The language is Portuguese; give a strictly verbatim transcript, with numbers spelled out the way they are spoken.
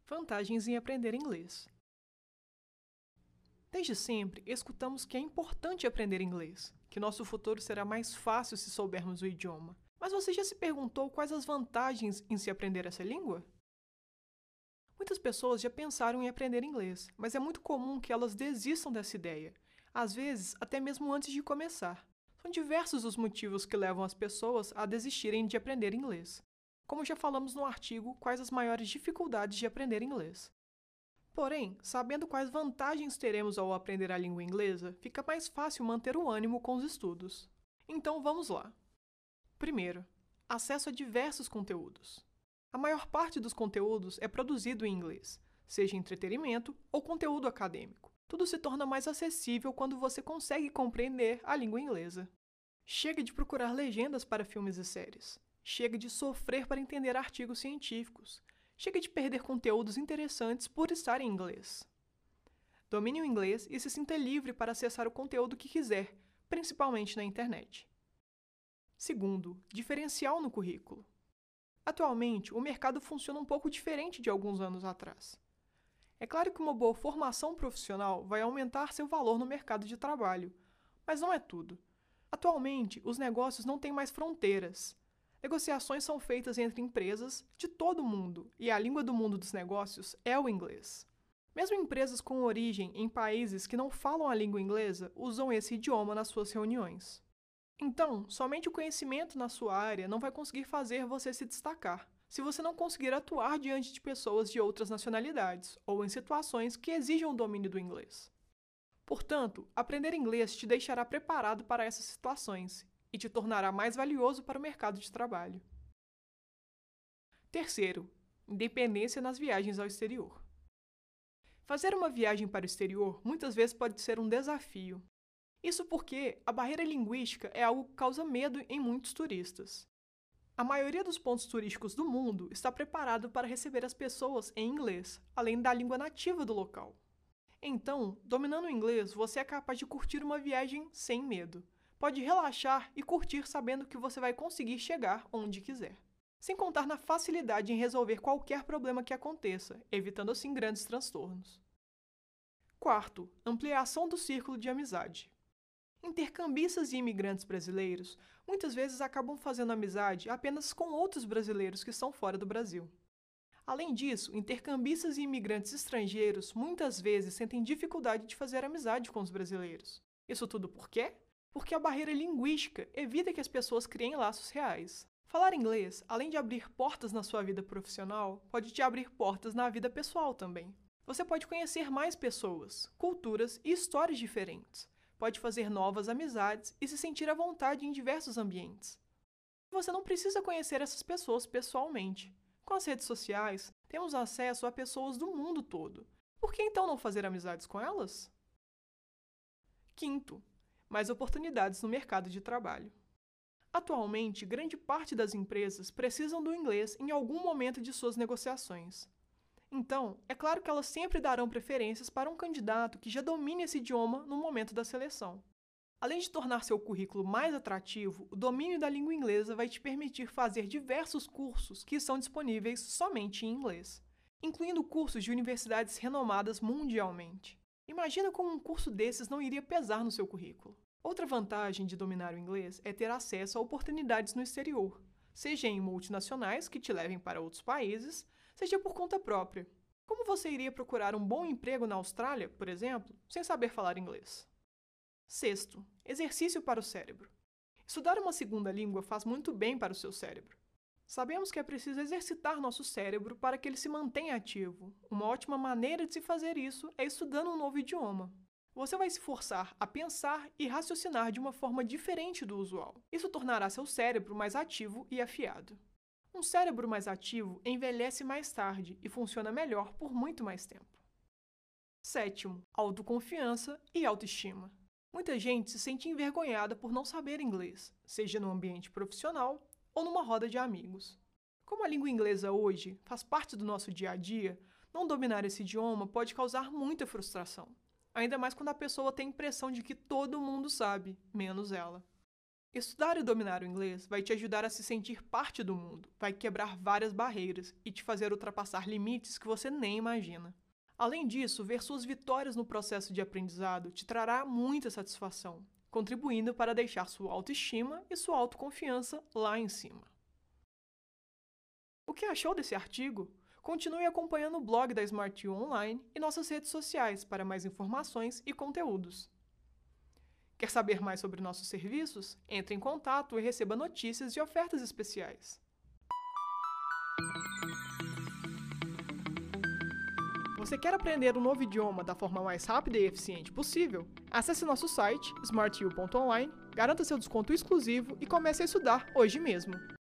Vantagens em aprender inglês. Desde sempre, escutamos que é importante aprender inglês, que nosso futuro será mais fácil se soubermos o idioma. Mas você já se perguntou quais as vantagens em se aprender essa língua? Muitas pessoas já pensaram em aprender inglês, mas é muito comum que elas desistam dessa ideia, às vezes até mesmo antes de começar. São diversos os motivos que levam as pessoas a desistirem de aprender inglês. Como já falamos no artigo Quais as maiores dificuldades de aprender inglês. Porém, sabendo quais vantagens teremos ao aprender a língua inglesa, fica mais fácil manter o ânimo com os estudos. Então vamos lá. Primeiro, acesso a diversos conteúdos. A maior parte dos conteúdos é produzido em inglês, seja entretenimento ou conteúdo acadêmico. Tudo se torna mais acessível quando você consegue compreender a língua inglesa. Chega de procurar legendas para filmes e séries. Chega de sofrer para entender artigos científicos. Chega de perder conteúdos interessantes por estar em inglês. Domine o inglês e se sinta livre para acessar o conteúdo que quiser, principalmente na internet. Segundo, diferencial no currículo. Atualmente, o mercado funciona um pouco diferente de alguns anos atrás. É claro que uma boa formação profissional vai aumentar seu valor no mercado de trabalho, mas não é tudo. Atualmente, os negócios não têm mais fronteiras. Negociações são feitas entre empresas de todo o mundo, e a língua do mundo dos negócios é o inglês. Mesmo empresas com origem em países que não falam a língua inglesa usam esse idioma nas suas reuniões. Então, somente o conhecimento na sua área não vai conseguir fazer você se destacar, se você não conseguir atuar diante de pessoas de outras nacionalidades ou em situações que exijam o domínio do inglês. Portanto, aprender inglês te deixará preparado para essas situações e te tornará mais valioso para o mercado de trabalho. Terceiro, independência nas viagens ao exterior. Fazer uma viagem para o exterior muitas vezes pode ser um desafio. Isso porque a barreira linguística é algo que causa medo em muitos turistas. A maioria dos pontos turísticos do mundo está preparado para receber as pessoas em inglês, além da língua nativa do local. Então, dominando o inglês, você é capaz de curtir uma viagem sem medo. Pode relaxar e curtir sabendo que você vai conseguir chegar onde quiser. Sem contar na facilidade em resolver qualquer problema que aconteça, evitando assim grandes transtornos. Quarto, ampliação do círculo de amizade. Intercambistas e imigrantes brasileiros muitas vezes acabam fazendo amizade apenas com outros brasileiros que estão fora do Brasil. Além disso, intercambistas e imigrantes estrangeiros muitas vezes sentem dificuldade de fazer amizade com os brasileiros. Isso tudo por quê? Porque a barreira linguística evita que as pessoas criem laços reais. Falar inglês, além de abrir portas na sua vida profissional, pode te abrir portas na vida pessoal também. Você pode conhecer mais pessoas, culturas e histórias diferentes. Pode fazer novas amizades e se sentir à vontade em diversos ambientes. Você não precisa conhecer essas pessoas pessoalmente. Com as redes sociais, temos acesso a pessoas do mundo todo. Por que então não fazer amizades com elas? Quinto, mais oportunidades no mercado de trabalho. Atualmente, grande parte das empresas precisam do inglês em algum momento de suas negociações. Então, é claro que elas sempre darão preferências para um candidato que já domine esse idioma no momento da seleção. Além de tornar seu currículo mais atrativo, o domínio da língua inglesa vai te permitir fazer diversos cursos que são disponíveis somente em inglês, incluindo cursos de universidades renomadas mundialmente. Imagina como um curso desses não iria pesar no seu currículo. Outra vantagem de dominar o inglês é ter acesso a oportunidades no exterior, seja em multinacionais que te levem para outros países, seja por conta própria. Como você iria procurar um bom emprego na Austrália, por exemplo, sem saber falar inglês? Sexto, exercício para o cérebro. Estudar uma segunda língua faz muito bem para o seu cérebro. Sabemos que é preciso exercitar nosso cérebro para que ele se mantenha ativo. Uma ótima maneira de se fazer isso é estudando um novo idioma. Você vai se forçar a pensar e raciocinar de uma forma diferente do usual. Isso tornará seu cérebro mais ativo e afiado. Um cérebro mais ativo envelhece mais tarde e funciona melhor por muito mais tempo. Sétimo, autoconfiança e autoestima. Muita gente se sente envergonhada por não saber inglês, seja no ambiente profissional ou numa roda de amigos. Como a língua inglesa hoje faz parte do nosso dia a dia, não dominar esse idioma pode causar muita frustração. Ainda mais quando a pessoa tem a impressão de que todo mundo sabe, menos ela. Estudar e dominar o inglês vai te ajudar a se sentir parte do mundo, vai quebrar várias barreiras e te fazer ultrapassar limites que você nem imagina. Além disso, ver suas vitórias no processo de aprendizado te trará muita satisfação, contribuindo para deixar sua autoestima e sua autoconfiança lá em cima. O que achou desse artigo? Continue acompanhando o blog da Smart U Online e nossas redes sociais para mais informações e conteúdos. Quer saber mais sobre nossos serviços? Entre em contato e receba notícias e ofertas especiais. Você quer aprender um novo idioma da forma mais rápida e eficiente possível? Acesse nosso site smart u ponto online, garanta seu desconto exclusivo e comece a estudar hoje mesmo.